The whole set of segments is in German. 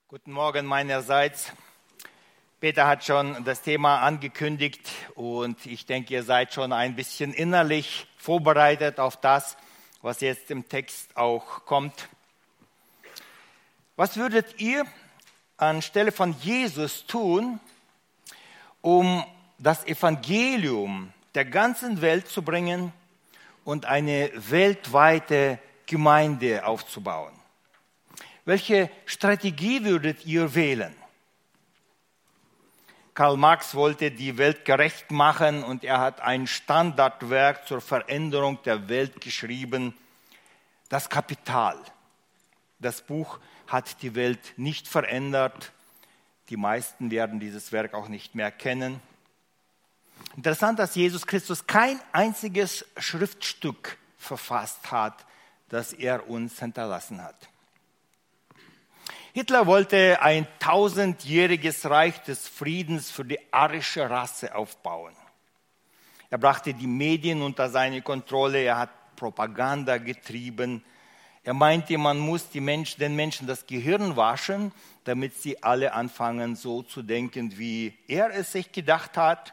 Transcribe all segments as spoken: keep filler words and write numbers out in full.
Guten Morgen meinerseits. Peter hat schon das Thema angekündigt und ich denke, ihr seid schon ein bisschen innerlich vorbereitet auf das, was jetzt im Text auch kommt. Was würdet ihr anstelle von Jesus tun, um das Evangelium der ganzen Welt zu bringen und eine weltweite Gemeinde aufzubauen? Welche Strategie würdet ihr wählen? Karl Marx wollte die Welt gerecht machen und er hat ein Standardwerk zur Veränderung der Welt geschrieben, das Kapital. Das Buch hat die Welt nicht verändert. Die meisten werden dieses Werk auch nicht mehr kennen. Interessant, dass Jesus Christus kein einziges Schriftstück verfasst hat, das er uns hinterlassen hat. Hitler wollte ein tausendjähriges Reich des Friedens für die arische Rasse aufbauen. Er brachte die Medien unter seine Kontrolle, er hat Propaganda getrieben. Er meinte, man muss die Menschen, den Menschen das Gehirn waschen, damit sie alle anfangen, so zu denken, wie er es sich gedacht hat.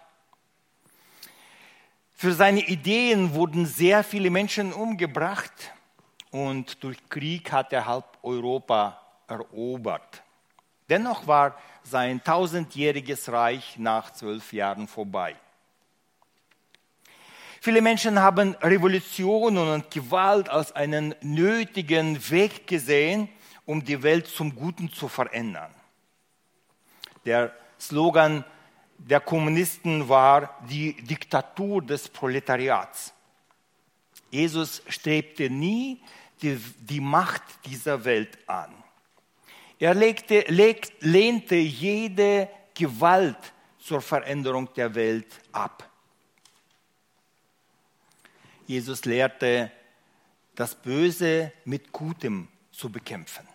Für seine Ideen wurden sehr viele Menschen umgebracht und durch Krieg hat er halb Europa erobert. Dennoch war sein tausendjähriges Reich nach zwölf Jahren vorbei. Viele Menschen haben Revolutionen und Gewalt als einen nötigen Weg gesehen, um die Welt zum Guten zu verändern. Der Slogan der Kommunisten war die Diktatur des Proletariats. Jesus strebte nie die, die Macht dieser Welt an. Er legte, leg, lehnte jede Gewalt zur Veränderung der Welt ab. Jesus lehrte, das Böse mit Gutem zu bekämpfen.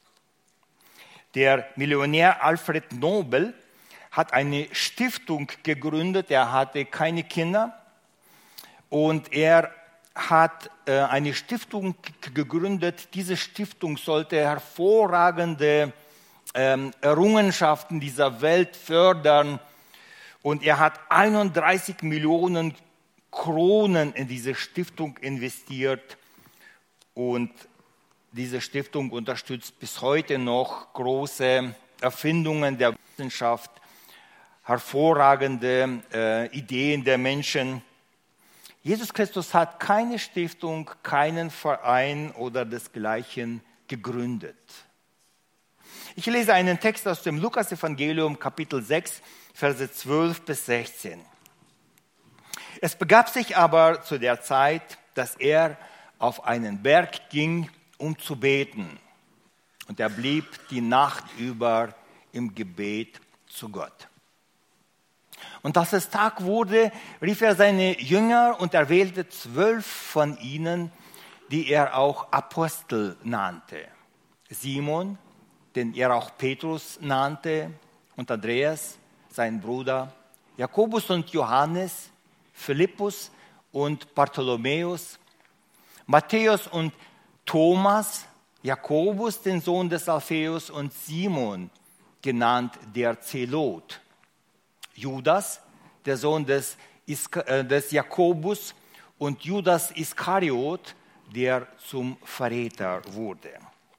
Der Millionär Alfred Nobel hat eine Stiftung gegründet. Er hatte keine Kinder und er hat äh, eine Stiftung gegründet. Diese Stiftung sollte hervorragende ähm, Errungenschaften dieser Welt fördern. Und er hat einunddreißig Millionen Kronen in diese Stiftung investiert. Und diese Stiftung unterstützt bis heute noch große Erfindungen der Wissenschaft, hervorragende äh, Ideen der Menschen. Jesus Christus hat keine Stiftung, keinen Verein oder desgleichen gegründet. Ich lese einen Text aus dem Lukas-Evangelium, Kapitel sechs, Verse zwölf bis sechzehn. Es begab sich aber zu der Zeit, dass er auf einen Berg ging, um zu beten. Und er blieb die Nacht über im Gebet zu Gott. Und als es Tag wurde, rief er seine Jünger und er wählte zwölf von ihnen, die er auch Apostel nannte. Simon, den er auch Petrus nannte, und Andreas, sein Bruder, Jakobus und Johannes, Philippus und Bartholomäus, Matthäus und Thomas, Jakobus, den Sohn des Alpheus, und Simon, genannt der Zelot, Judas, der Sohn des, Iska, äh, des Jakobus, und Judas Iskariot, der zum Verräter wurde.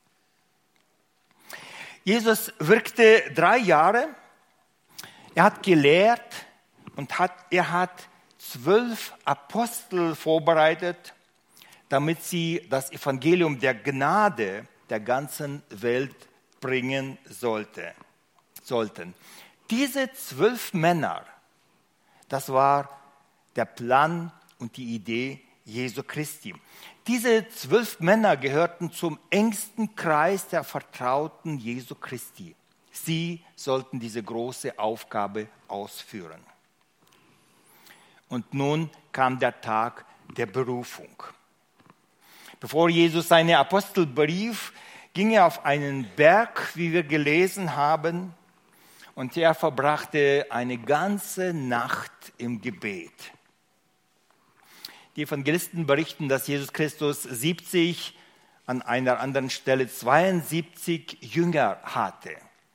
Jesus wirkte drei Jahre. Er hat gelehrt und hat, er hat zwölf Apostel vorbereitet, damit sie das Evangelium der Gnade der ganzen Welt bringen sollte, sollten. Diese zwölf Männer, das war der Plan und die Idee Jesu Christi. Diese zwölf Männer gehörten zum engsten Kreis der Vertrauten Jesu Christi. Sie sollten diese große Aufgabe ausführen. Und nun kam der Tag der Berufung. Bevor Jesus seine Apostel berief, ging er auf einen Berg, wie wir gelesen haben, und er verbrachte eine ganze Nacht im Gebet. Die Evangelisten berichten, dass Jesus Christus siebzig, an einer anderen Stelle zweiundsiebzig Jünger hatte.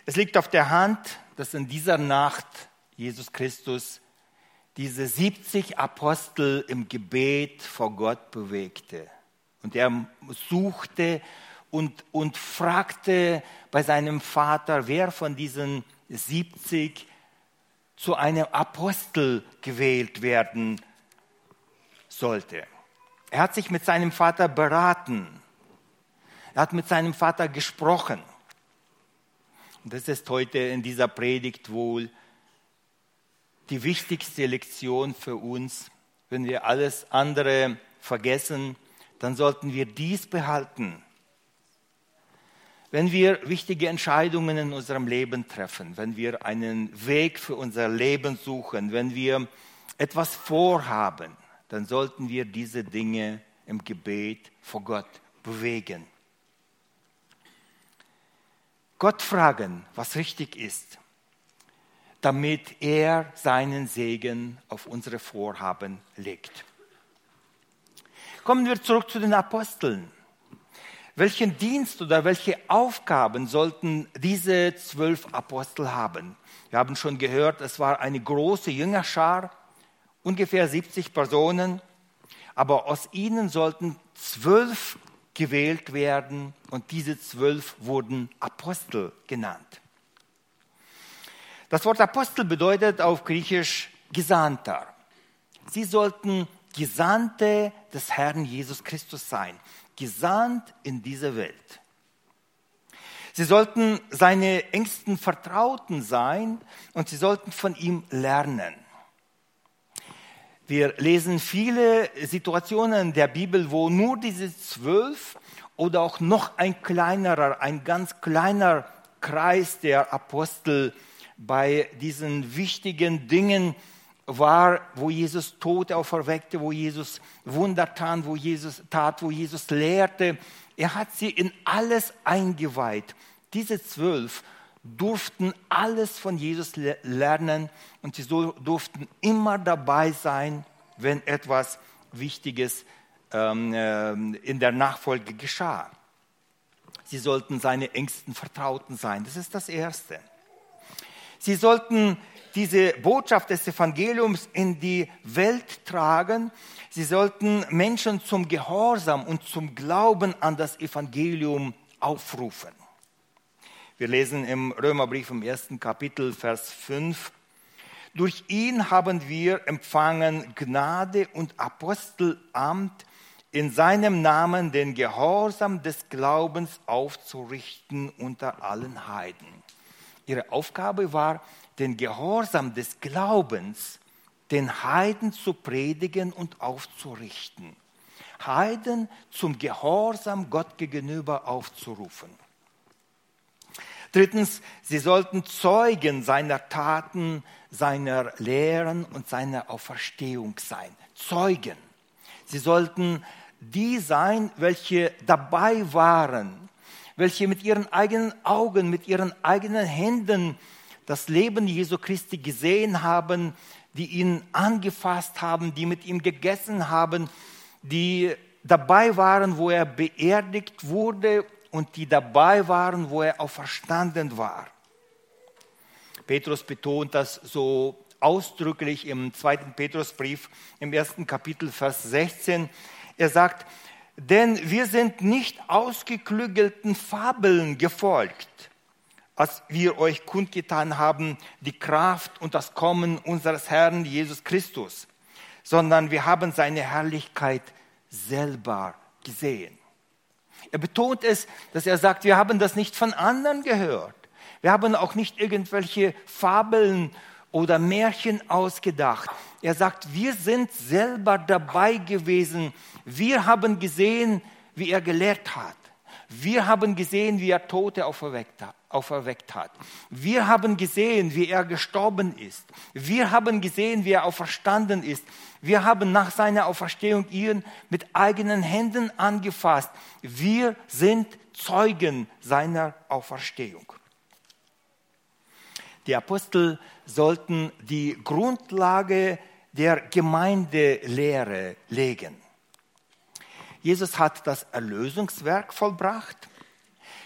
Es liegt auf der Hand, dass in dieser Nacht Jesus Christus diese siebzig Apostel im Gebet vor Gott bewegte. Und er suchte und, und fragte bei seinem Vater, wer von diesen siebzig zu einem Apostel gewählt werden sollte. Er hat sich mit seinem Vater beraten. Er hat mit seinem Vater gesprochen. Und das ist heute in dieser Predigt wohl die wichtigste Lektion für uns. Wenn wir alles andere vergessen, dann sollten wir dies behalten. Wenn wir wichtige Entscheidungen in unserem Leben treffen, wenn wir einen Weg für unser Leben suchen, wenn wir etwas vorhaben, dann sollten wir diese Dinge im Gebet vor Gott bewegen. Gott fragen, was richtig ist, damit er seinen Segen auf unsere Vorhaben legt. Kommen wir zurück zu den Aposteln. Welchen Dienst oder welche Aufgaben sollten diese zwölf Apostel haben? Wir haben schon gehört, es war eine große Jüngerschar, ungefähr siebzig Personen, aber aus ihnen sollten zwölf gewählt werden und diese zwölf wurden Apostel genannt. Das Wort Apostel bedeutet auf Griechisch Gesandter. Sie sollten Gesandte des Herrn Jesus Christus sein, gesandt in diese Welt. Sie sollten seine engsten Vertrauten sein und sie sollten von ihm lernen. Wir lesen viele Situationen der Bibel, wo nur diese zwölf oder auch noch ein kleinerer, ein ganz kleiner Kreis der Apostel bei diesen wichtigen Dingen war, wo Jesus Tote auferweckte, wo Jesus Wunder tat, wo Jesus tat, wo Jesus lehrte. Er hat sie in alles eingeweiht. Diese zwölf durften alles von Jesus lernen und sie durften immer dabei sein, wenn etwas Wichtiges ähm, in der Nachfolge geschah. Sie sollten seine engsten Vertrauten sein. Das ist das Erste. Sie sollten diese Botschaft des Evangeliums in die Welt tragen. Sie sollten Menschen zum Gehorsam und zum Glauben an das Evangelium aufrufen. Wir lesen im Römerbrief im ersten Kapitel, Vers fünf. Durch ihn haben wir empfangen Gnade und Apostelamt, in seinem Namen den Gehorsam des Glaubens aufzurichten unter allen Heiden. Ihre Aufgabe war, den Gehorsam des Glaubens den Heiden zu predigen und aufzurichten. Heiden zum Gehorsam Gott gegenüber aufzurufen. Drittens, sie sollten Zeugen seiner Taten, seiner Lehren und seiner Auferstehung sein. Zeugen. Sie sollten die sein, welche dabei waren, welche mit ihren eigenen Augen, mit ihren eigenen Händen das Leben Jesu Christi gesehen haben, die ihn angefasst haben, die mit ihm gegessen haben, die dabei waren, wo er beerdigt wurde und die dabei waren, wo er auferstanden war. Petrus betont das so ausdrücklich im zweiten Petrusbrief, im ersten Kapitel, Vers sechzehn. Er sagt, denn wir sind nicht ausgeklügelten Fabeln gefolgt, als wir euch kundgetan haben, die Kraft und das Kommen unseres Herrn Jesus Christus, sondern wir haben seine Herrlichkeit selber gesehen. Er betont es, dass er sagt, wir haben das nicht von anderen gehört. Wir haben auch nicht irgendwelche Fabeln oder Märchen ausgedacht. Er sagt, wir sind selber dabei gewesen. Wir haben gesehen, wie er gelehrt hat. Wir haben gesehen, wie er Tote auferweckt hat. Wir haben gesehen, wie er gestorben ist. Wir haben gesehen, wie er auferstanden ist. Wir haben nach seiner Auferstehung ihn mit eigenen Händen angefasst. Wir sind Zeugen seiner Auferstehung. Die Apostel sollten die Grundlage der Gemeindelehre legen. Jesus hat das Erlösungswerk vollbracht.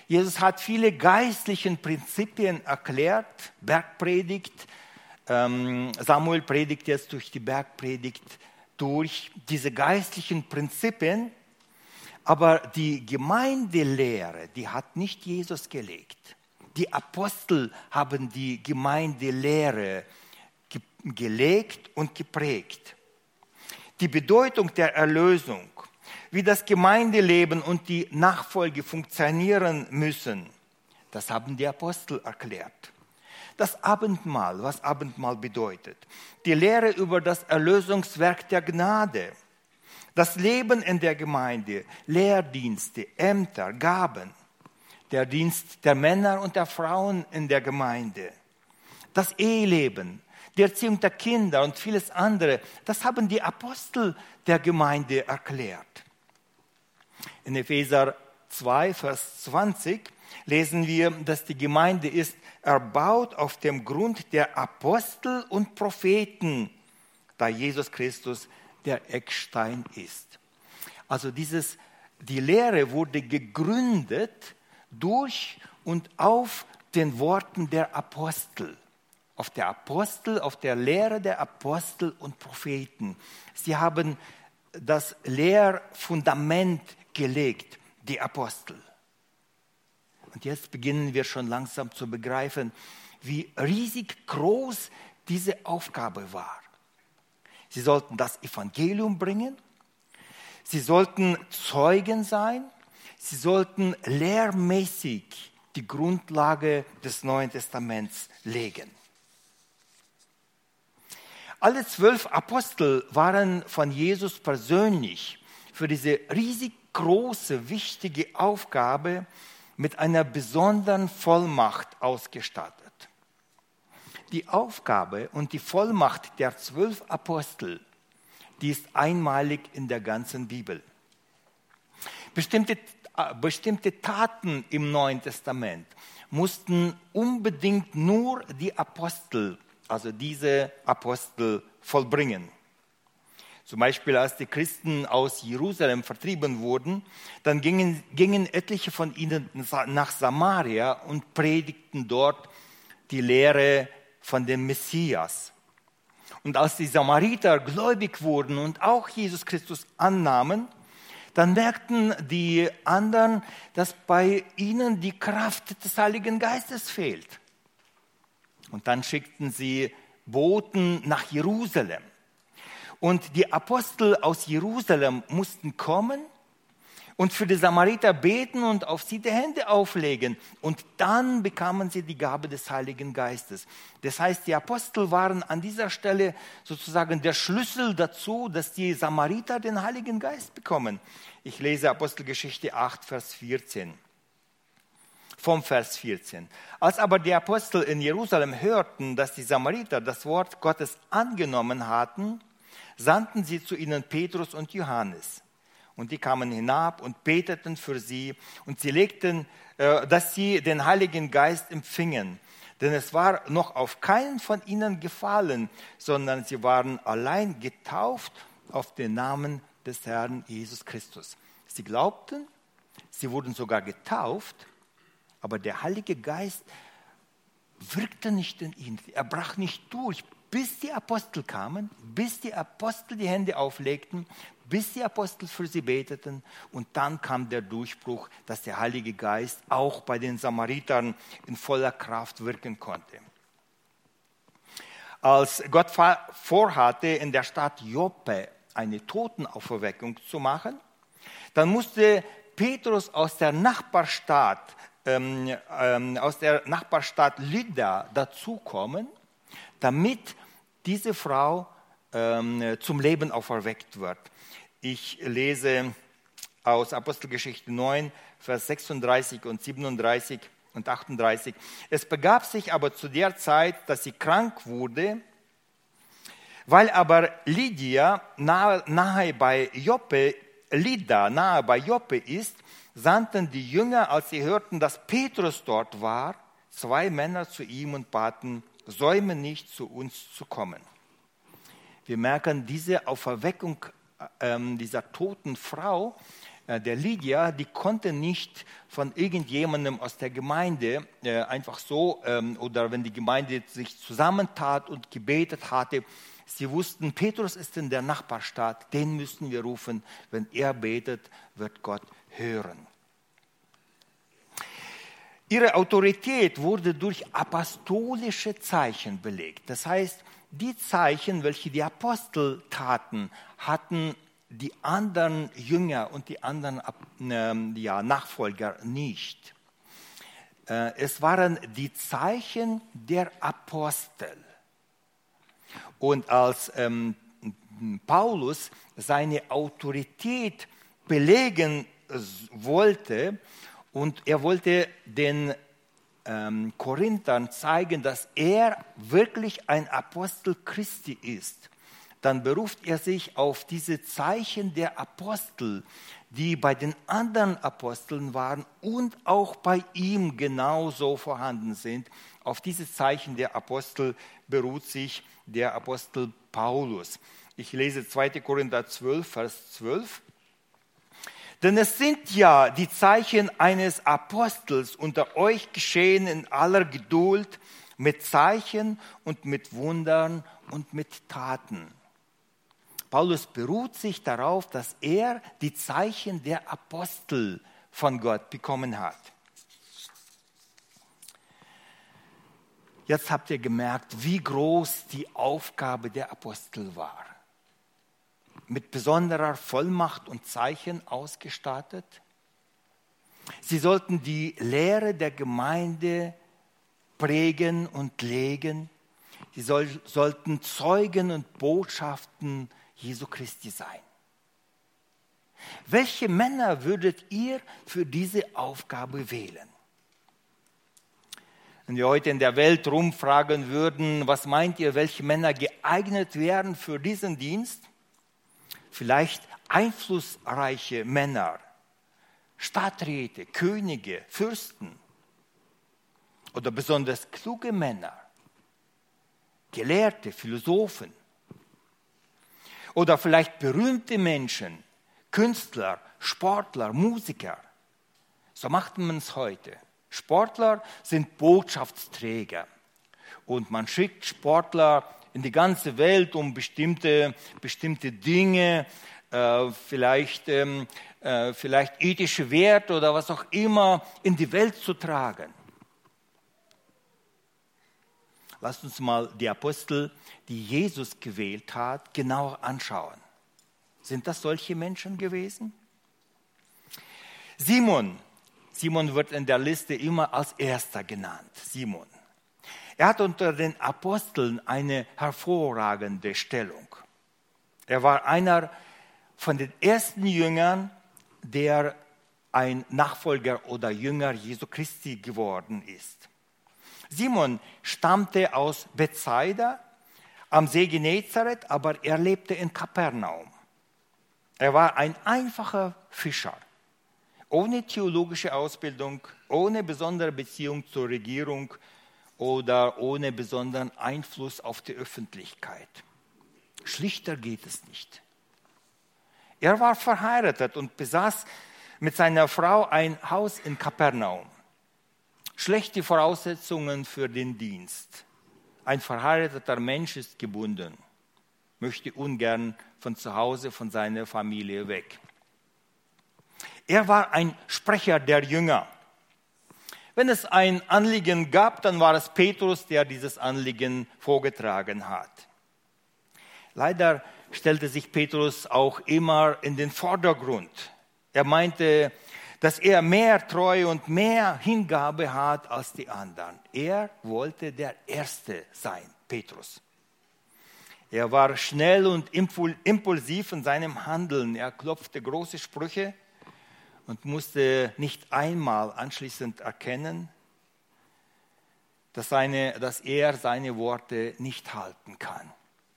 Jesus hat viele geistliche Prinzipien erklärt, Bergpredigt. Ähm, Samuel predigt jetzt durch die Bergpredigt durch diese geistlichen Prinzipien. Aber die Gemeindelehre, die hat nicht Jesus gelegt. Die Apostel haben die Gemeindelehre ge- gelegt und geprägt. Die Bedeutung der Erlösung, wie das Gemeindeleben und die Nachfolge funktionieren müssen, das haben die Apostel erklärt. Das Abendmahl, was Abendmahl bedeutet, die Lehre über das Erlösungswerk der Gnade, das Leben in der Gemeinde, Lehrdienste, Ämter, Gaben, der Dienst der Männer und der Frauen in der Gemeinde, das Eheleben, die Erziehung der Kinder und vieles andere, das haben die Apostel der Gemeinde erklärt. In Epheser zwei, Vers zwanzig lesen wir, dass die Gemeinde ist erbaut auf dem Grund der Apostel und Propheten, da Jesus Christus der Eckstein ist. Also dieses, die Lehre wurde gegründet durch und auf den Worten der Apostel. Auf der Apostel, auf der Lehre der Apostel und Propheten. Sie haben das Lehrfundament gelegt, die Apostel. Und jetzt beginnen wir schon langsam zu begreifen, wie riesig groß diese Aufgabe war. Sie sollten das Evangelium bringen, sie sollten Zeugen sein, sie sollten lehrmäßig die Grundlage des Neuen Testaments legen. Alle zwölf Apostel waren von Jesus persönlich für diese riesig große, wichtige Aufgabe mit einer besonderen Vollmacht ausgestattet. Die Aufgabe und die Vollmacht der zwölf Apostel, die ist einmalig in der ganzen Bibel. Bestimmte, bestimmte Taten im Neuen Testament mussten unbedingt nur die Apostel, also diese Apostel, vollbringen. Zum Beispiel, als die Christen aus Jerusalem vertrieben wurden, dann gingen, gingen etliche von ihnen nach Samaria und predigten dort die Lehre von dem Messias. Und als die Samariter gläubig wurden und auch Jesus Christus annahmen, dann merkten die anderen, dass bei ihnen die Kraft des Heiligen Geistes fehlt. Und dann schickten sie Boten nach Jerusalem. Und die Apostel aus Jerusalem mussten kommen und für die Samariter beten und auf sie die Hände auflegen. Und dann bekamen sie die Gabe des Heiligen Geistes. Das heißt, die Apostel waren an dieser Stelle sozusagen der Schlüssel dazu, dass die Samariter den Heiligen Geist bekommen. Ich lese Apostelgeschichte acht, Vers vierzehn. Vom Vers vierzehn. Als aber die Apostel in Jerusalem hörten, dass die Samariter das Wort Gottes angenommen hatten, sandten sie zu ihnen Petrus und Johannes. Und die kamen hinab und beteten für sie. Und sie legten, äh, dass sie den Heiligen Geist empfingen. Denn es war noch auf keinen von ihnen gefallen, sondern sie waren allein getauft auf den Namen des Herrn Jesus Christus. Sie glaubten, sie wurden sogar getauft, aber der Heilige Geist wirkte nicht in ihnen. Er brach nicht durch, bis die Apostel kamen, bis die Apostel die Hände auflegten, bis die Apostel für sie beteten. Und dann kam der Durchbruch, dass der Heilige Geist auch bei den Samaritern in voller Kraft wirken konnte. Als Gott vorhatte, in der Stadt Joppe eine Totenauferweckung zu machen, dann musste Petrus aus der Nachbarstadt Ähm, ähm, aus der Nachbarstadt Lydda dazukommen, damit diese Frau ähm, zum Leben auferweckt wird. Ich lese aus Apostelgeschichte neun, Vers sechsunddreißig und siebenunddreißig und achtunddreißig. Es begab sich aber zu der Zeit, dass sie krank wurde, weil aber Lydia nahe, nahe bei Joppe, Lydda nahe bei Joppe ist, sandten die Jünger, als sie hörten, dass Petrus dort war, zwei Männer zu ihm und baten, säume nicht, zu uns zu kommen. Wir merken, diese Auferweckung ähm, dieser toten Frau der Lydia, die konnte nicht von irgendjemandem aus der Gemeinde äh, einfach so, ähm, oder wenn die Gemeinde sich zusammentat und gebetet hatte, sie wussten, Petrus ist in der Nachbarstadt, den müssen wir rufen. Wenn er betet, wird Gott hören. Ihre Autorität wurde durch apostolische Zeichen belegt. Das heißt, die Zeichen, welche die Apostel taten, hatten die anderen Jünger und die anderen äh, ja, Nachfolger nicht. Äh, es waren die Zeichen der Apostel. Und als ähm, Paulus seine Autorität belegen wollte, und er wollte den ähm, Korinthern zeigen, dass er wirklich ein Apostel Christi ist, dann beruft er sich auf diese Zeichen der Apostel, die bei den anderen Aposteln waren und auch bei ihm genauso vorhanden sind. Auf diese Zeichen der Apostel beruht sich der Apostel Paulus. Ich lese zweiter Korinther zwölf, Vers zwölf. Denn es sind ja die Zeichen eines Apostels unter euch geschehen in aller Geduld, mit Zeichen und mit Wundern und mit Taten. Paulus beruht sich darauf, dass er die Zeichen der Apostel von Gott bekommen hat. Jetzt habt ihr gemerkt, wie groß die Aufgabe der Apostel war. Mit besonderer Vollmacht und Zeichen ausgestattet. Sie sollten die Lehre der Gemeinde prägen und legen. Sie soll, sollten Zeugen und Botschaften Jesu Christi sein. Welche Männer würdet ihr für diese Aufgabe wählen? Wenn wir heute in der Welt rumfragen würden, was meint ihr, welche Männer geeignet wären für diesen Dienst? Vielleicht einflussreiche Männer, Stadträte, Könige, Fürsten oder besonders kluge Männer, Gelehrte, Philosophen oder vielleicht berühmte Menschen, Künstler, Sportler, Musiker. So macht man es heute. Sportler sind Botschaftsträger und man schickt Sportler in die ganze Welt, um bestimmte, bestimmte Dinge, äh, vielleicht, ähm, äh, vielleicht ethische Werte oder was auch immer in die Welt zu tragen. Lasst uns mal die Apostel, die Jesus gewählt hat, genauer anschauen. Sind das solche Menschen gewesen? Simon, Simon wird in der Liste immer als Erster genannt, Simon. Er hat unter den Aposteln eine hervorragende Stellung. Er war einer von den ersten Jüngern, der ein Nachfolger oder Jünger Jesu Christi geworden ist. Simon stammte aus Bethsaida am See Genezareth, aber er lebte in Kapernaum. Er war ein einfacher Fischer, ohne theologische Ausbildung, ohne besondere Beziehung zur Regierung oder ohne besonderen Einfluss auf die Öffentlichkeit. Schlichter geht es nicht. Er war verheiratet und besaß mit seiner Frau ein Haus in Kapernaum. Schlechte Voraussetzungen für den Dienst. Ein verheirateter Mensch ist gebunden, möchte ungern von zu Hause, von seiner Familie weg. Er war ein Sprecher der Jünger. Wenn es ein Anliegen gab, dann war es Petrus, der dieses Anliegen vorgetragen hat. Leider stellte sich Petrus auch immer in den Vordergrund. Er meinte, dass er mehr Treue und mehr Hingabe hat als die anderen. Er wollte der Erste sein, Petrus. Er war schnell und impulsiv in seinem Handeln. Er klopfte große Sprüche und musste nicht einmal anschließend erkennen, dass, seine, dass er seine Worte nicht halten kann.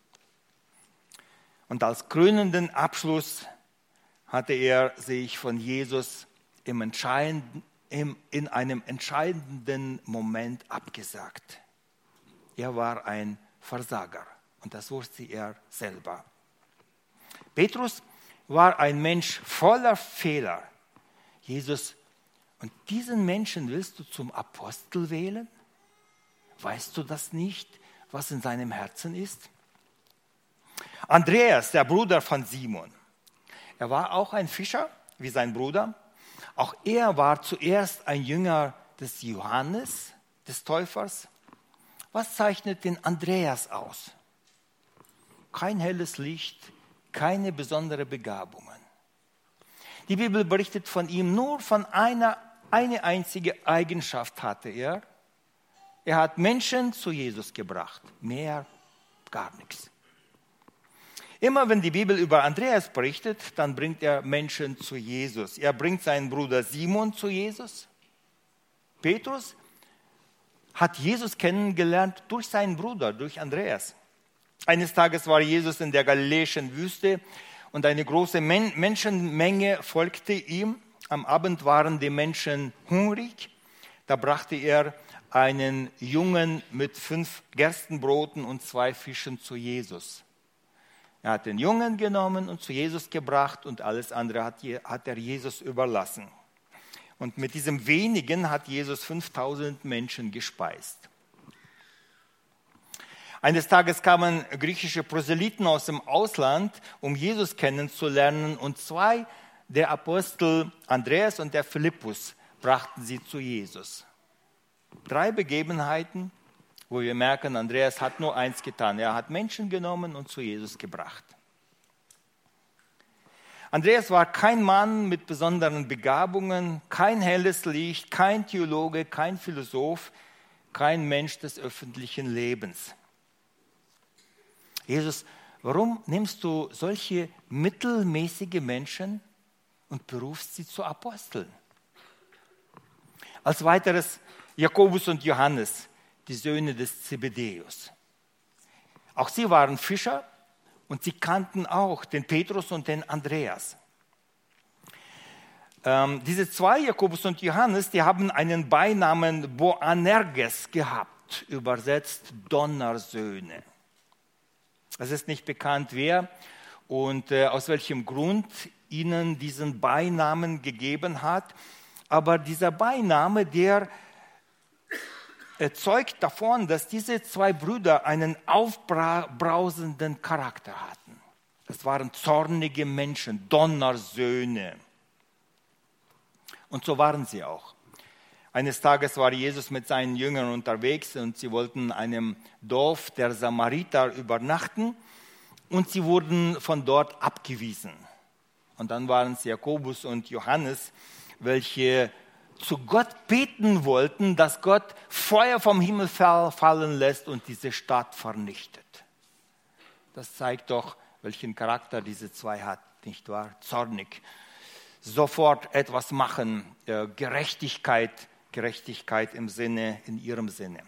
Und als krönenden Abschluss hatte er sich von Jesus im entscheidenden, im, in einem entscheidenden Moment abgesagt. Er war ein Versager und das wusste er selber. Petrus war ein Mensch voller Fehler. Jesus, und diesen Menschen willst du zum Apostel wählen? Weißt du das nicht, was in seinem Herzen ist? Andreas, der Bruder von Simon, er war auch ein Fischer, wie sein Bruder. Auch er war zuerst ein Jünger des Johannes, des Täufers. Was zeichnet den Andreas aus? Kein helles Licht, keine besondere Begabungen. Die Bibel berichtet von ihm nur von einer, eine einzige Eigenschaft hatte er. Er hat Menschen zu Jesus gebracht, mehr gar nichts. Immer wenn die Bibel über Andreas berichtet, dann bringt er Menschen zu Jesus. Er bringt seinen Bruder Simon zu Jesus. Petrus hat Jesus kennengelernt durch seinen Bruder, durch Andreas. Eines Tages war Jesus in der galiläischen Wüste und eine große Men- Menschenmenge folgte ihm. Am Abend waren die Menschen hungrig. Da brachte er einen Jungen mit fünf Gerstenbroten und zwei Fischen zu Jesus. Er hat den Jungen genommen und zu Jesus gebracht und alles andere hat, hat er Jesus überlassen. Und mit diesem wenigen hat Jesus fünftausend Menschen gespeist. Eines Tages kamen griechische Proselyten aus dem Ausland, um Jesus kennenzulernen. Und zwei der Apostel, Andreas und der Philippus, brachten sie zu Jesus. Drei Begebenheiten, wo wir merken, Andreas hat nur eins getan. Er hat Menschen genommen und zu Jesus gebracht. Andreas war kein Mann mit besonderen Begabungen, kein helles Licht, kein Theologe, kein Philosoph, kein Mensch des öffentlichen Lebens. Jesus, warum nimmst du solche mittelmäßige Menschen und berufst sie zu Aposteln? Als weiteres Jakobus und Johannes, die Söhne des Zebedäus. Auch sie waren Fischer und sie kannten auch den Petrus und den Andreas. Ähm, diese zwei, Jakobus und Johannes, die haben einen Beinamen Boanerges gehabt, übersetzt Donnersöhne. Es ist nicht bekannt, wer und äh, aus welchem Grund ihnen diesen Beinamen gegeben hat, aber dieser Beiname, der zeugt davon, dass diese zwei Brüder einen aufbrausenden Charakter hatten. Das waren zornige Menschen, Donnersöhne. Und so waren sie auch. Eines Tages war Jesus mit seinen Jüngern unterwegs und sie wollten in einem Dorf der Samariter übernachten und sie wurden von dort abgewiesen. Und dann waren es Jakobus und Johannes, welche zu Gott beten wollten, dass Gott Feuer vom Himmel fallen lässt und diese Stadt vernichtet. Das zeigt doch, welchen Charakter diese zwei hat, nicht wahr? Zornig. Sofort etwas machen, äh, Gerechtigkeit, Gerechtigkeit im Sinne, in ihrem Sinne.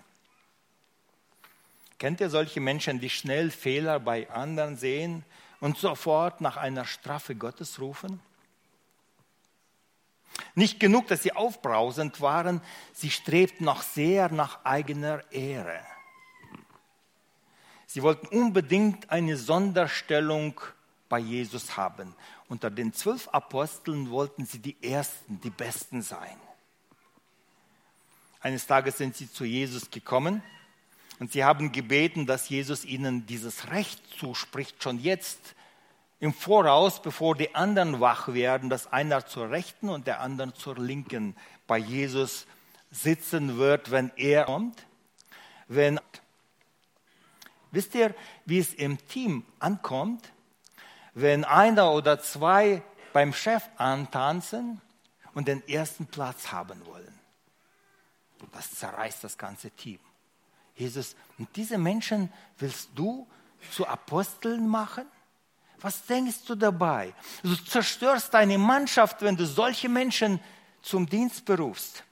Kennt ihr solche Menschen, die schnell Fehler bei anderen sehen und sofort nach einer Strafe Gottes rufen? Nicht genug, dass sie aufbrausend waren, sie strebten noch sehr nach eigener Ehre. Sie wollten unbedingt eine Sonderstellung bei Jesus haben. Unter den zwölf Aposteln wollten sie die Ersten, die Besten sein. Eines Tages sind sie zu Jesus gekommen und sie haben gebeten, dass Jesus ihnen dieses Recht zuspricht, schon jetzt im Voraus, bevor die anderen wach werden, dass einer zur Rechten und der andere zur Linken bei Jesus sitzen wird, wenn er kommt. Wenn, wisst ihr, wie es im Team ankommt, wenn einer oder zwei beim Chef antanzen und den ersten Platz haben wollen? Das zerreißt das ganze Team. Jesus, und diese Menschen willst du zu Aposteln machen? Was denkst du dabei? Du zerstörst deine Mannschaft, wenn du solche Menschen zum Dienst berufst.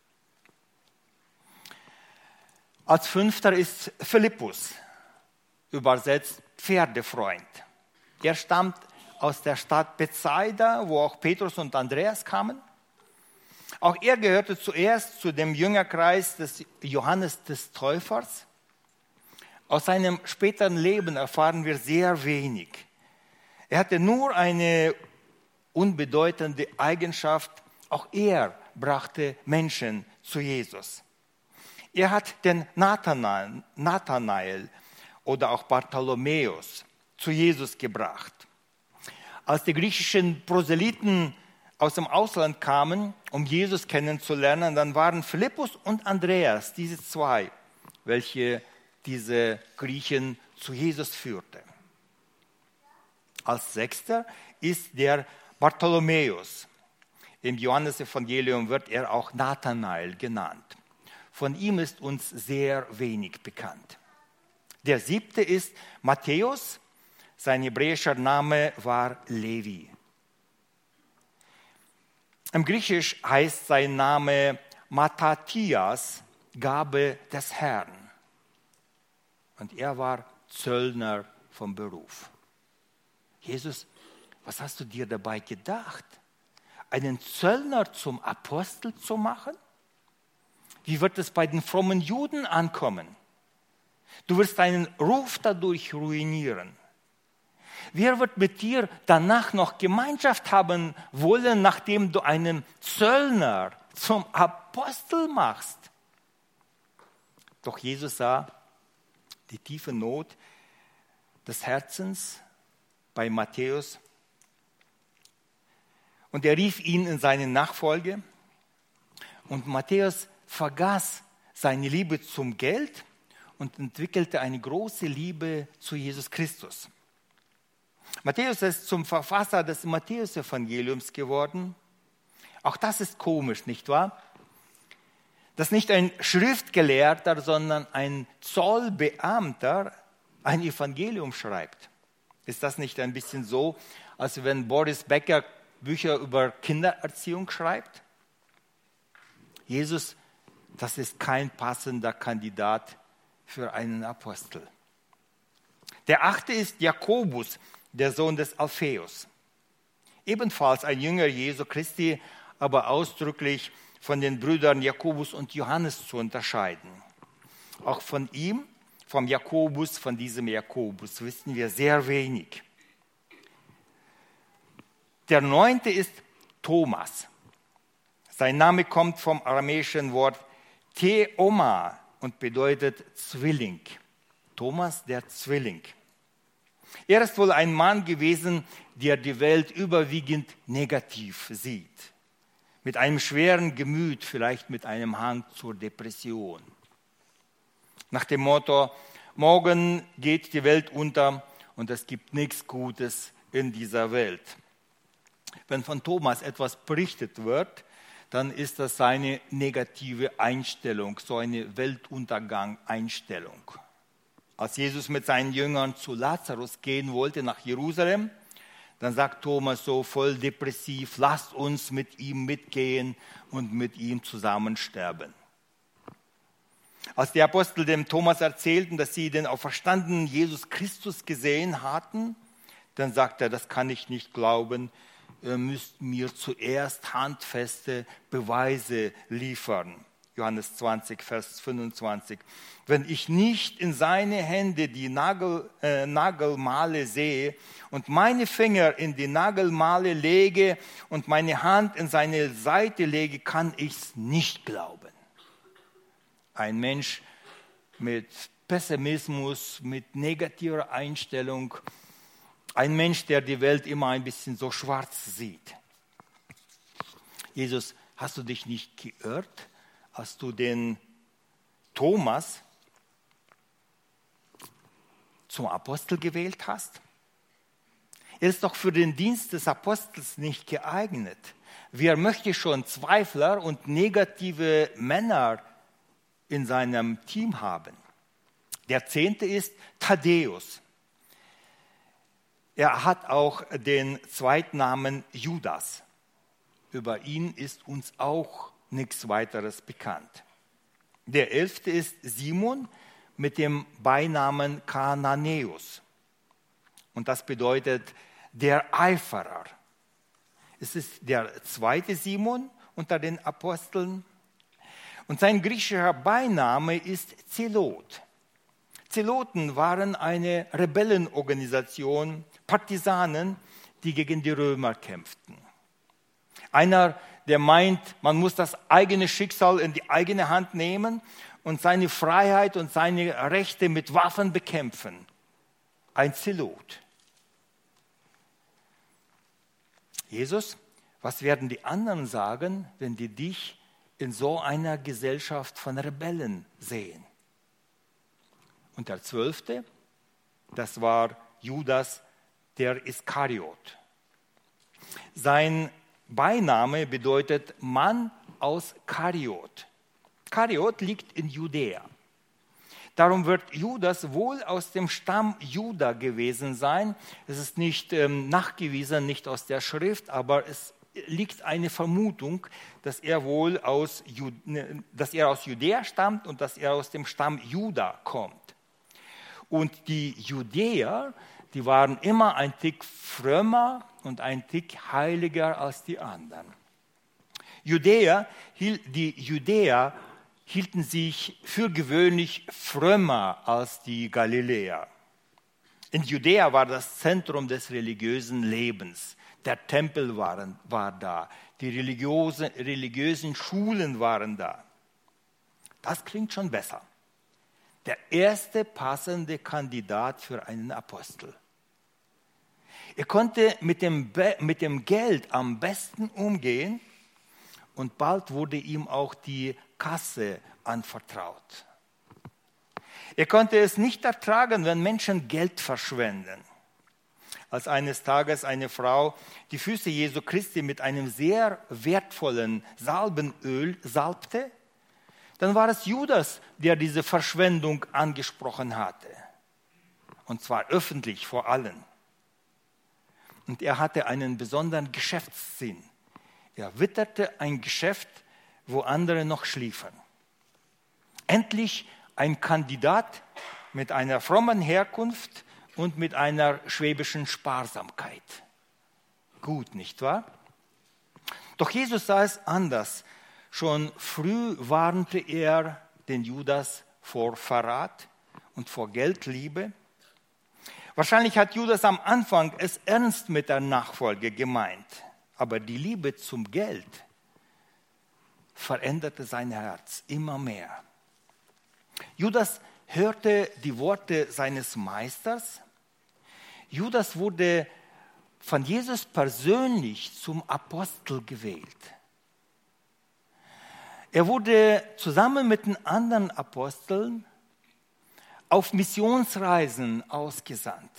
Als fünfter ist Philippus, übersetzt Pferdefreund. Er stammt aus der Stadt Bethsaida, wo auch Petrus und Andreas kamen. Auch er gehörte zuerst zu dem Jüngerkreis des Johannes des Täufers. Aus seinem späteren Leben erfahren wir sehr wenig. Er hatte nur eine unbedeutende Eigenschaft, auch er brachte Menschen zu Jesus. Er hat den Nathanael, Nathanael oder auch Bartholomäus zu Jesus gebracht. Als die griechischen Proselyten aus dem Ausland kamen, um Jesus kennenzulernen, dann waren Philippus und Andreas, diese zwei, welche diese Griechen zu Jesus führte. Als sechster ist der Bartholomäus. Im Johannesevangelium wird er auch Nathanael genannt. Von ihm ist uns sehr wenig bekannt. Der siebte ist Matthäus. Sein hebräischer Name war Levi. Im Griechisch heißt sein Name Mattathias, Gabe des Herrn. Und er war Zöllner vom Beruf. Jesus, was hast du dir dabei gedacht? Einen Zöllner zum Apostel zu machen? Wie wird es bei den frommen Juden ankommen? Du wirst deinen Ruf dadurch ruinieren. Wer wird mit dir danach noch Gemeinschaft haben wollen, nachdem du einen Zöllner zum Apostel machst? Doch Jesus sah die tiefe Not des Herzens bei Matthäus und er rief ihn in seine Nachfolge. Und Matthäus vergaß seine Liebe zum Geld und entwickelte eine große Liebe zu Jesus Christus. Matthäus ist zum Verfasser des Matthäus-Evangeliums geworden. Auch das ist komisch, nicht wahr? Dass nicht ein Schriftgelehrter, sondern ein Zollbeamter ein Evangelium schreibt. Ist das nicht ein bisschen so, als wenn Boris Becker Bücher über Kindererziehung schreibt? Jesus, das ist kein passender Kandidat für einen Apostel. Der achte ist Jakobus, der Sohn des Alpheus. Ebenfalls ein Jünger Jesu Christi, aber ausdrücklich von den Brüdern Jakobus und Johannes zu unterscheiden. Auch von ihm, vom Jakobus, von diesem Jakobus, wissen wir sehr wenig. Der neunte ist Thomas. Sein Name kommt vom aramäischen Wort Theoma und bedeutet Zwilling. Thomas, der Zwilling. Er ist wohl ein Mann gewesen, der die Welt überwiegend negativ sieht. Mit einem schweren Gemüt, vielleicht mit einem Hang zur Depression. Nach dem Motto, morgen geht die Welt unter und es gibt nichts Gutes in dieser Welt. Wenn von Thomas etwas berichtet wird, dann ist das seine negative Einstellung, so eine Weltuntergang-Einstellung. Als Jesus mit seinen Jüngern zu Lazarus gehen wollte nach Jerusalem, dann sagt Thomas so voll depressiv, lasst uns mit ihm mitgehen und mit ihm zusammen sterben. Als die Apostel dem Thomas erzählten, dass sie den auferstandenen Jesus Christus gesehen hatten, dann sagt er, das kann ich nicht glauben, ihr müsst mir zuerst handfeste Beweise liefern. Johannes zwanzig, Vers fünfundzwanzig. Wenn ich nicht in seine Hände die Nagel, äh, Nagelmale sehe und meine Finger in die Nagelmale lege und meine Hand in seine Seite lege, kann ich es nicht glauben. Ein Mensch mit Pessimismus, mit negativer Einstellung, ein Mensch, der die Welt immer ein bisschen so schwarz sieht. Jesus, hast du dich nicht geirrt, als du den Thomas zum Apostel gewählt hast? Er ist doch für den Dienst des Apostels nicht geeignet. Wer möchte schon Zweifler und negative Männer in seinem Team haben? Der zehnte ist Thaddäus. Er hat auch den Zweitnamen Judas. Über ihn ist uns auch nichts weiteres bekannt. Der elfte ist Simon mit dem Beinamen Kananäus. Und das bedeutet der Eiferer. Es ist der zweite Simon unter den Aposteln. Und sein griechischer Beiname ist Zelot. Zeloten waren eine Rebellenorganisation Partisanen, die gegen die Römer kämpften. Einer, der meint, man muss das eigene Schicksal in die eigene Hand nehmen und seine Freiheit und seine Rechte mit Waffen bekämpfen. Ein Zelot. Jesus, was werden die anderen sagen, wenn die dich in so einer Gesellschaft von Rebellen sehen? Und der Zwölfte, das war Judas, der Iskariot. Sein Beiname bedeutet Mann aus Kariot. Kariot liegt in Judäa. Darum wird Judas wohl aus dem Stamm Juda gewesen sein. Es ist nicht ähm, nachgewiesen, nicht aus der Schrift, aber es liegt eine Vermutung, dass er wohl aus, Ju- dass er aus Judäa stammt und dass er aus dem Stamm Juda kommt. Und die Judäer, die waren immer ein Tick frömmer und ein Tick heiliger als die anderen. Judäer, die Judäer hielten sich für gewöhnlich frömmer als die Galiläer. In Judäa war das Zentrum des religiösen Lebens. Der Tempel waren, war da, die religiöse, religiösen Schulen waren da. Das klingt schon besser. Der erste passende Kandidat für einen Apostel. Er konnte mit dem, Be- mit dem Geld am besten umgehen und bald wurde ihm auch die Kasse anvertraut. Er konnte es nicht ertragen, wenn Menschen Geld verschwenden. Als eines Tages eine Frau die Füße Jesu Christi mit einem sehr wertvollen Salbenöl salbte, dann war es Judas, der diese Verschwendung angesprochen hatte. Und zwar öffentlich vor allen. Und er hatte einen besonderen Geschäftssinn. Er witterte ein Geschäft, wo andere noch schliefen. Endlich ein Kandidat mit einer frommen Herkunft und mit einer schwäbischen Sparsamkeit. Gut, nicht wahr? Doch Jesus sah es anders. Schon früh warnte er den Judas vor Verrat und vor Geldliebe. Wahrscheinlich hat Judas am Anfang es ernst mit der Nachfolge gemeint, aber die Liebe zum Geld veränderte sein Herz immer mehr. Judas hörte die Worte seines Meisters. Judas wurde von Jesus persönlich zum Apostel gewählt. Er wurde zusammen mit den anderen Aposteln auf Missionsreisen ausgesandt.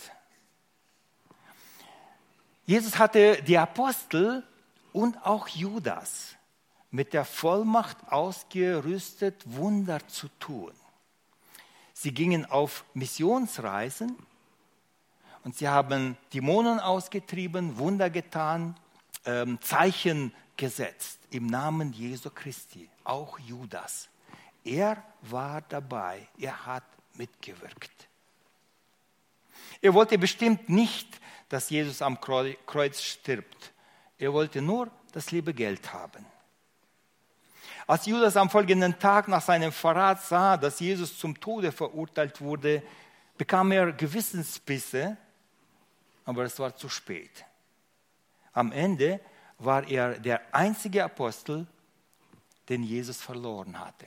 Jesus hatte die Apostel und auch Judas mit der Vollmacht ausgerüstet, Wunder zu tun. Sie gingen auf Missionsreisen und sie haben Dämonen ausgetrieben, Wunder getan, ähm, Zeichen gesetzt im Namen Jesu Christi. Auch Judas. Er war dabei, er hat mitgewirkt. Er wollte bestimmt nicht, dass Jesus am Kreuz stirbt. Er wollte nur das liebe Geld haben. Als Judas am folgenden Tag nach seinem Verrat sah, dass Jesus zum Tode verurteilt wurde, bekam er Gewissensbisse, aber es war zu spät. Am Ende war er der einzige Apostel, den Jesus verloren hatte.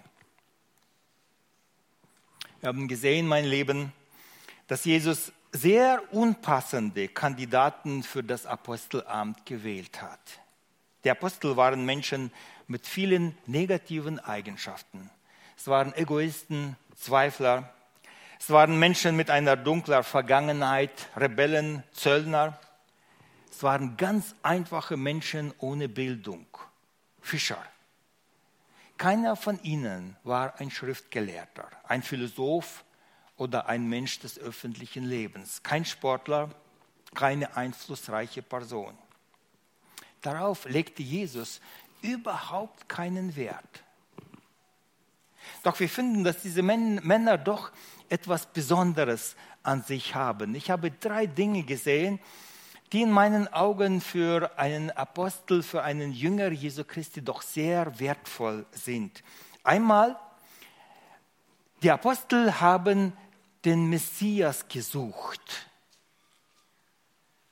Wir haben gesehen, mein Leben, dass Jesus sehr unpassende Kandidaten für das Apostelamt gewählt hat. Die Apostel waren Menschen mit vielen negativen Eigenschaften. Es waren Egoisten, Zweifler. Es waren Menschen mit einer dunklen Vergangenheit, Rebellen, Zöllner. Es waren ganz einfache Menschen ohne Bildung, Fischer. Keiner von ihnen war ein Schriftgelehrter, ein Philosoph oder ein Mensch des öffentlichen Lebens. Kein Sportler, keine einflussreiche Person. Darauf legte Jesus überhaupt keinen Wert. Doch wir finden, dass diese Männer doch etwas Besonderes an sich haben. Ich habe drei Dinge gesehen, die in meinen Augen für einen Apostel, für einen Jünger Jesu Christi doch sehr wertvoll sind. Einmal, die Apostel haben den Messias gesucht.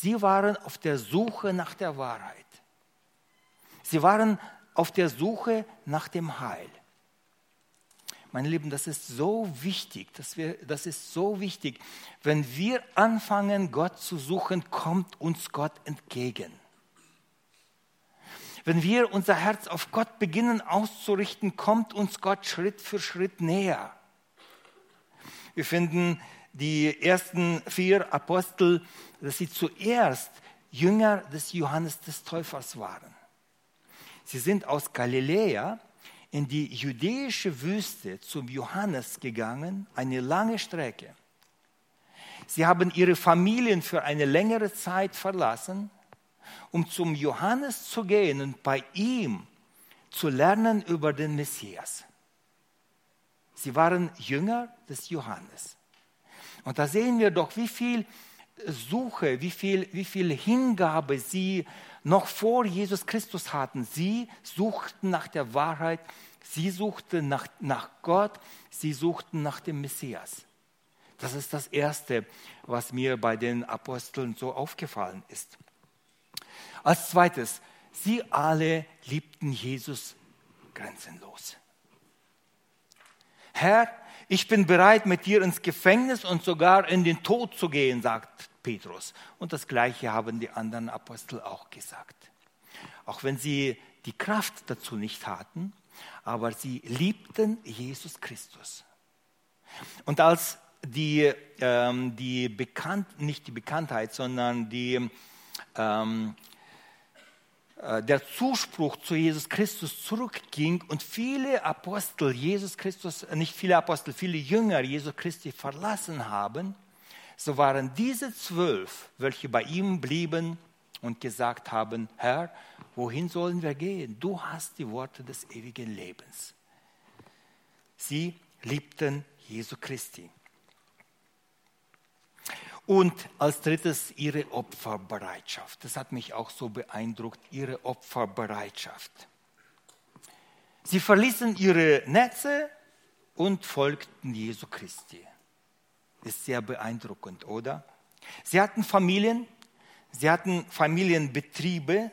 Sie waren auf der Suche nach der Wahrheit. Sie waren auf der Suche nach dem Heil. Meine Lieben, das ist so wichtig, dass wir, das ist so wichtig. Wenn wir anfangen, Gott zu suchen, kommt uns Gott entgegen. Wenn wir unser Herz auf Gott beginnen auszurichten, kommt uns Gott Schritt für Schritt näher. Wir finden die ersten vier Apostel, dass sie zuerst Jünger des Johannes des Täufers waren. Sie sind aus Galiläa in die jüdische Wüste zum Johannes gegangen, eine lange Strecke. Sie haben ihre Familien für eine längere Zeit verlassen, um zum Johannes zu gehen und bei ihm zu lernen über den Messias. Sie waren Jünger des Johannes. Und da sehen wir doch, wie viel Suche, wie viel, wie viel Hingabe sie noch vor Jesus Christus hatten. Sie suchten nach der Wahrheit, sie suchten nach, nach Gott, sie suchten nach dem Messias. Das ist das Erste, was mir bei den Aposteln so aufgefallen ist. Als zweites, sie alle liebten Jesus grenzenlos. Herr, ich bin bereit, mit dir ins Gefängnis und sogar in den Tod zu gehen, sagt Petrus. Und das Gleiche haben die anderen Apostel auch gesagt. Auch wenn sie die Kraft dazu nicht hatten, aber sie liebten Jesus Christus. Und als die, ähm, die Bekannt, nicht die Bekanntheit, sondern die, ähm, äh, der Zuspruch zu Jesus Christus zurückging und viele Apostel Jesus Christus, nicht viele Apostel, viele Jünger Jesus Christi verlassen haben, so waren diese zwölf, welche bei ihm blieben und gesagt haben, Herr, wohin sollen wir gehen? Du hast die Worte des ewigen Lebens. Sie liebten Jesu Christi. Und als drittes ihre Opferbereitschaft. Das hat mich auch so beeindruckt, ihre Opferbereitschaft. Sie verließen ihre Netze und folgten Jesu Christi. Ist sehr beeindruckend, oder? Sie hatten Familien, sie hatten Familienbetriebe.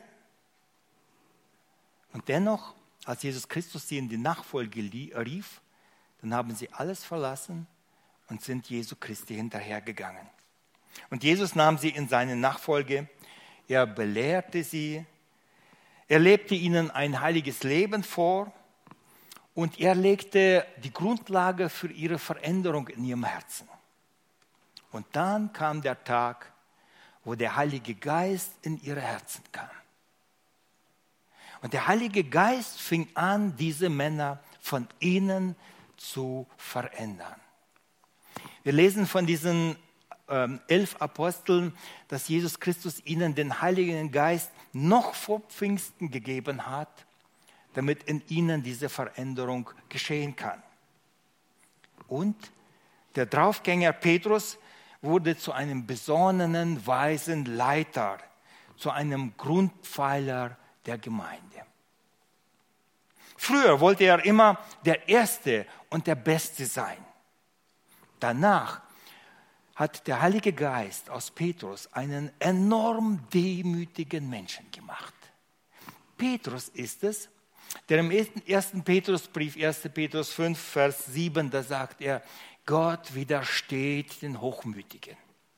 Und dennoch, als Jesus Christus sie in die Nachfolge rief, dann haben sie alles verlassen und sind Jesu Christi hinterhergegangen. Und Jesus nahm sie in seine Nachfolge, er belehrte sie, er lebte ihnen ein heiliges Leben vor und er legte die Grundlage für ihre Veränderung in ihrem Herzen. Und dann kam der Tag, wo der Heilige Geist in ihre Herzen kam. Und der Heilige Geist fing an, diese Männer von innen zu verändern. Wir lesen von diesen ähm, elf Aposteln, dass Jesus Christus ihnen den Heiligen Geist noch vor Pfingsten gegeben hat, damit in ihnen diese Veränderung geschehen kann. Und der Draufgänger Petrus wurde zu einem besonnenen, weisen Leiter, zu einem Grundpfeiler der Gemeinde. Früher wollte er immer der Erste und der Beste sein. Danach hat der Heilige Geist aus Petrus einen enorm demütigen Menschen gemacht. Petrus ist es, der im ersten Petrusbrief, erster Petrus fünf, Vers sieben, da sagt er, Gott widersteht den Hochmütigen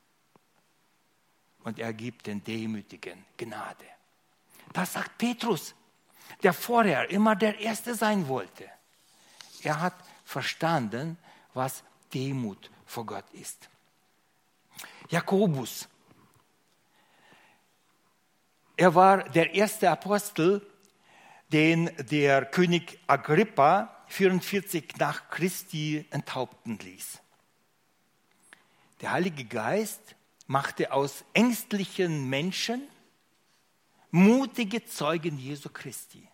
und er gibt den Demütigen Gnade. Das sagt Petrus, der vorher immer der Erste sein wollte. Er hat verstanden, was Demut vor Gott ist. Jakobus, er war der erste Apostel, den der König Agrippa vierundvierzig nach Christi enthaupten ließ. Der Heilige Geist machte aus ängstlichen Menschen mutige Zeugen Jesu Christi.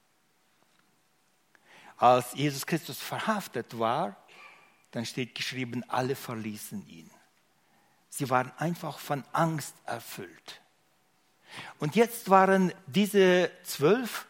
Als Jesus Christus verhaftet war, dann steht geschrieben, alle verließen ihn. Sie waren einfach von Angst erfüllt. Und jetzt waren diese zwölf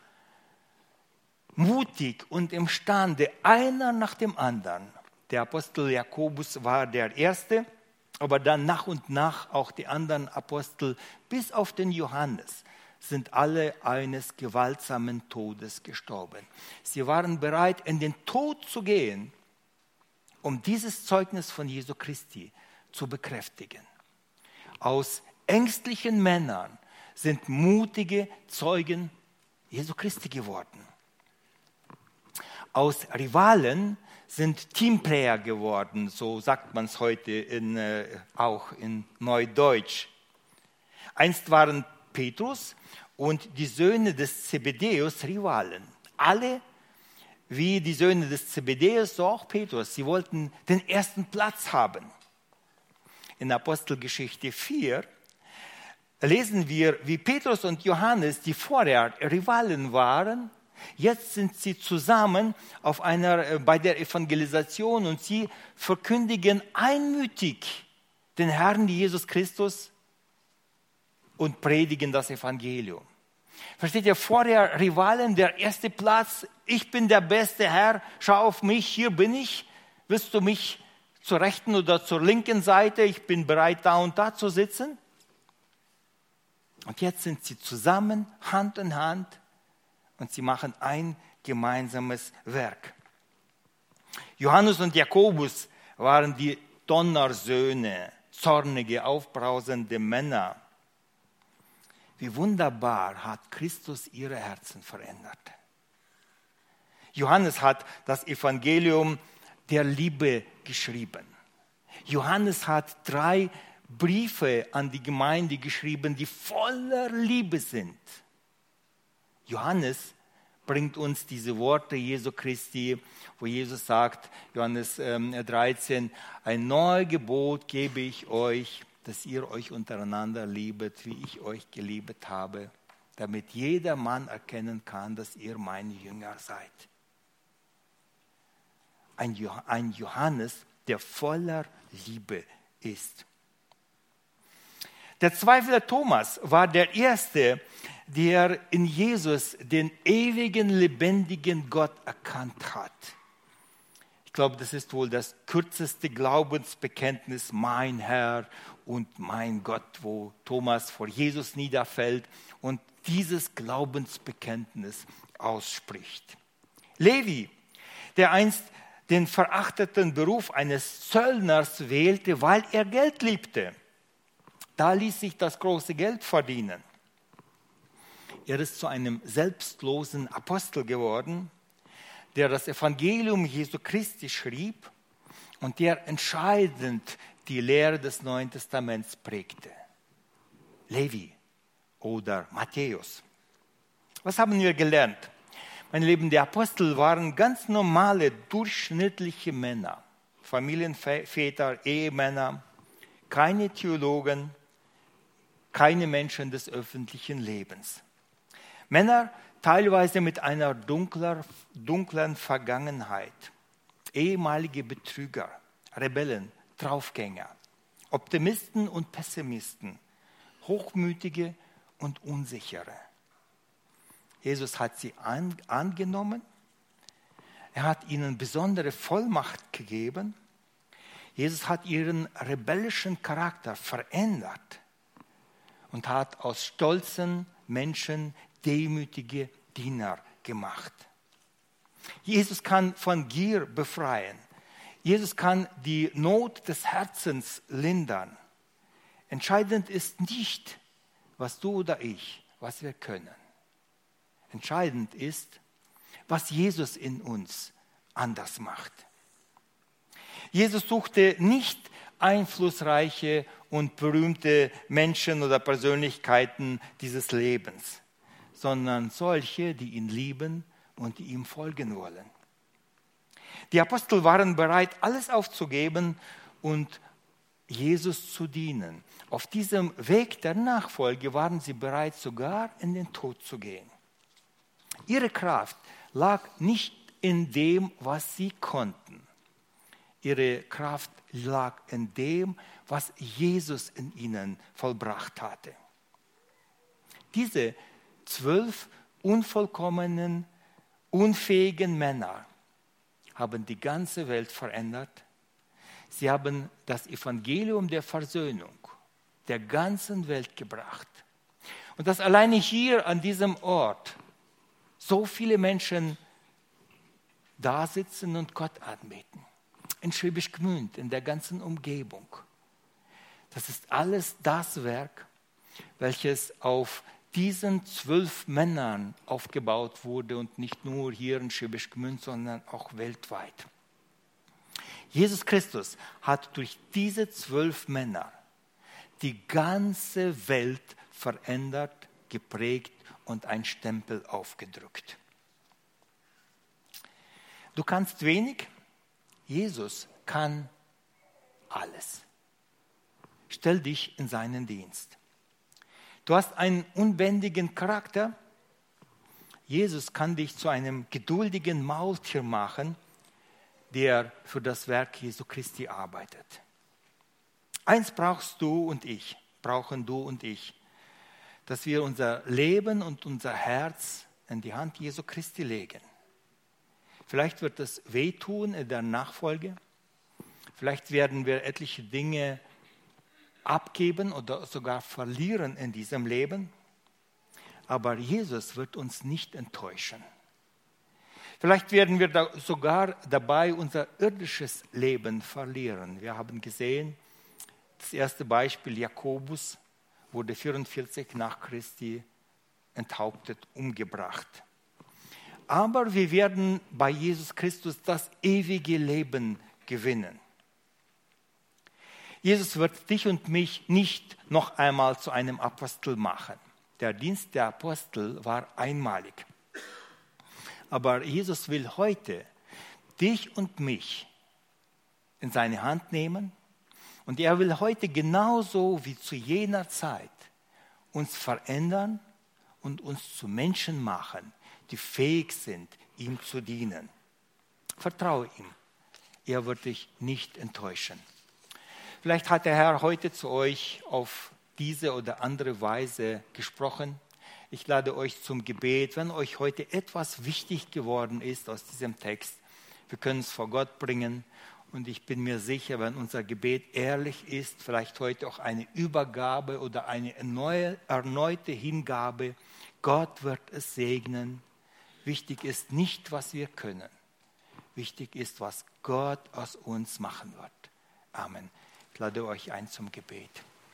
mutig und imstande, einer nach dem anderen. Der Apostel Jakobus war der Erste, aber dann nach und nach auch die anderen Apostel, bis auf den Johannes, sind alle eines gewaltsamen Todes gestorben. Sie waren bereit, in den Tod zu gehen, um dieses Zeugnis von Jesu Christi zu bekräftigen. Aus ängstlichen Männern sind mutige Zeugen Jesu Christi geworden. Aus Rivalen sind Teamplayer geworden, so sagt man es heute in, äh, auch in Neudeutsch. Einst waren Petrus und die Söhne des Zebedäus Rivalen. Alle, wie die Söhne des Zebedäus, so auch Petrus. Sie wollten den ersten Platz haben. In Apostelgeschichte vier lesen wir, wie Petrus und Johannes, die vorher Rivalen waren, jetzt sind sie zusammen auf einer, bei der Evangelisation und sie verkündigen einmütig den Herrn Jesus Christus und predigen das Evangelium. Versteht ihr, vorher Rivalen, der erste Platz, ich bin der beste Herr, schau auf mich, hier bin ich, willst du mich zur rechten oder zur linken Seite, ich bin bereit da und da zu sitzen. Und jetzt sind sie zusammen, Hand in Hand, und sie machen ein gemeinsames Werk. Johannes und Jakobus waren die Donnersöhne, zornige, aufbrausende Männer. Wie wunderbar hat Christus ihre Herzen verändert. Johannes hat das Evangelium der Liebe geschrieben. Johannes hat drei Briefe an die Gemeinde geschrieben, die voller Liebe sind. Johannes bringt uns diese Worte Jesu Christi, wo Jesus sagt, Johannes dreizehn, ein neues Gebot gebe ich euch, dass ihr euch untereinander liebet, wie ich euch geliebt habe, damit jeder Mann erkennen kann, dass ihr meine Jünger seid. Ein Johannes, der voller Liebe ist. Der Zweifler Thomas war der Erste, der in Jesus den ewigen, lebendigen Gott erkannt hat. Ich glaube, das ist wohl das kürzeste Glaubensbekenntnis, mein Herr und mein Gott, wo Thomas vor Jesus niederfällt und dieses Glaubensbekenntnis ausspricht. Levi, der einst den verachteten Beruf eines Zöllners wählte, weil er Geld liebte. Da ließ sich das große Geld verdienen. Er ist zu einem selbstlosen Apostel geworden, der das Evangelium Jesu Christi schrieb und der entscheidend die Lehre des Neuen Testaments prägte. Levi oder Matthäus. Was haben wir gelernt? Meine Lieben, die Apostel waren ganz normale, durchschnittliche Männer, Familienväter, Ehemänner, keine Theologen, keine Menschen des öffentlichen Lebens. Männer teilweise mit einer dunkler, dunklen Vergangenheit, ehemalige Betrüger, Rebellen, Draufgänger, Optimisten und Pessimisten, Hochmütige und Unsichere. Jesus hat sie an, angenommen, er hat ihnen besondere Vollmacht gegeben, Jesus hat ihren rebellischen Charakter verändert und hat aus stolzen Menschen demütige Diener gemacht. Jesus kann von Gier befreien. Jesus kann die Not des Herzens lindern. Entscheidend ist nicht, was du oder ich, was wir können. Entscheidend ist, was Jesus in uns anders macht. Jesus suchte nicht einflussreiche und berühmte Menschen oder Persönlichkeiten dieses Lebens, sondern solche, die ihn lieben und die ihm folgen wollen. Die Apostel waren bereit, alles aufzugeben und Jesus zu dienen. Auf diesem Weg der Nachfolge waren sie bereit, sogar in den Tod zu gehen. Ihre Kraft lag nicht in dem, was sie konnten. Ihre Kraft lag in dem, was Jesus in ihnen vollbracht hatte. Diese zwölf unvollkommenen, unfähigen Männer haben die ganze Welt verändert. Sie haben das Evangelium der Versöhnung der ganzen Welt gebracht. Und dass alleine hier an diesem Ort so viele Menschen da sitzen und Gott anbeten. In Schwäbisch Gmünd, in der ganzen Umgebung. Das ist alles das Werk, welches auf diesen zwölf Männern aufgebaut wurde und nicht nur hier in Schwäbisch Gmünd, sondern auch weltweit. Jesus Christus hat durch diese zwölf Männer die ganze Welt verändert, geprägt und einen Stempel aufgedrückt. Du kannst wenig, Jesus kann alles. Stell dich in seinen Dienst. Du hast einen unbändigen Charakter. Jesus kann dich zu einem geduldigen Maultier machen, der für das Werk Jesu Christi arbeitet. Eins brauchst du und ich, brauchen du und ich, dass wir unser Leben und unser Herz in die Hand Jesu Christi legen. Vielleicht wird es wehtun in der Nachfolge. Vielleicht werden wir etliche Dinge abgeben oder sogar verlieren in diesem Leben. Aber Jesus wird uns nicht enttäuschen. Vielleicht werden wir da sogar dabei unser irdisches Leben verlieren. Wir haben gesehen, das erste Beispiel, Jakobus wurde vierundvierzig nach Christi enthauptet, umgebracht. Aber wir werden bei Jesus Christus das ewige Leben gewinnen. Jesus wird dich und mich nicht noch einmal zu einem Apostel machen. Der Dienst der Apostel war einmalig. Aber Jesus will heute dich und mich in seine Hand nehmen und er will heute genauso wie zu jener Zeit uns verändern und uns zu Menschen machen, die fähig sind, ihm zu dienen. Vertraue ihm. Er wird dich nicht enttäuschen. Vielleicht hat der Herr heute zu euch auf diese oder andere Weise gesprochen. Ich lade euch zum Gebet, wenn euch heute etwas wichtig geworden ist aus diesem Text. Wir können es vor Gott bringen und ich bin mir sicher, wenn unser Gebet ehrlich ist, vielleicht heute auch eine Übergabe oder eine erneute Hingabe, Gott wird es segnen. Wichtig ist nicht, was wir können. Wichtig ist, was Gott aus uns machen wird. Amen. Ich lade euch ein zum Gebet.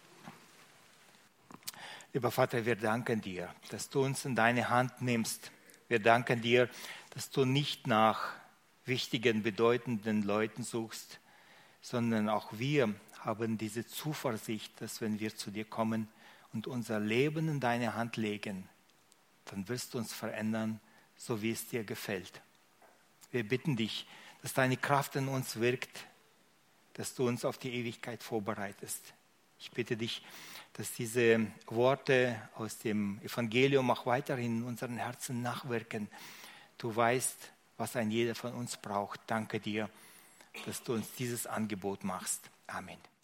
Lieber Vater, wir danken dir, dass du uns in deine Hand nimmst. Wir danken dir, dass du nicht nach wichtigen, bedeutenden Leuten suchst, sondern auch wir haben diese Zuversicht, dass wenn wir zu dir kommen und unser Leben in deine Hand legen, dann wirst du uns verändern, so wie es dir gefällt. Wir bitten dich, dass deine Kraft in uns wirkt, dass du uns auf die Ewigkeit vorbereitest. Ich bitte dich, dass diese Worte aus dem Evangelium auch weiterhin in unseren Herzen nachwirken. Du weißt, was ein jeder von uns braucht. Danke dir, dass du uns dieses Angebot machst. Amen.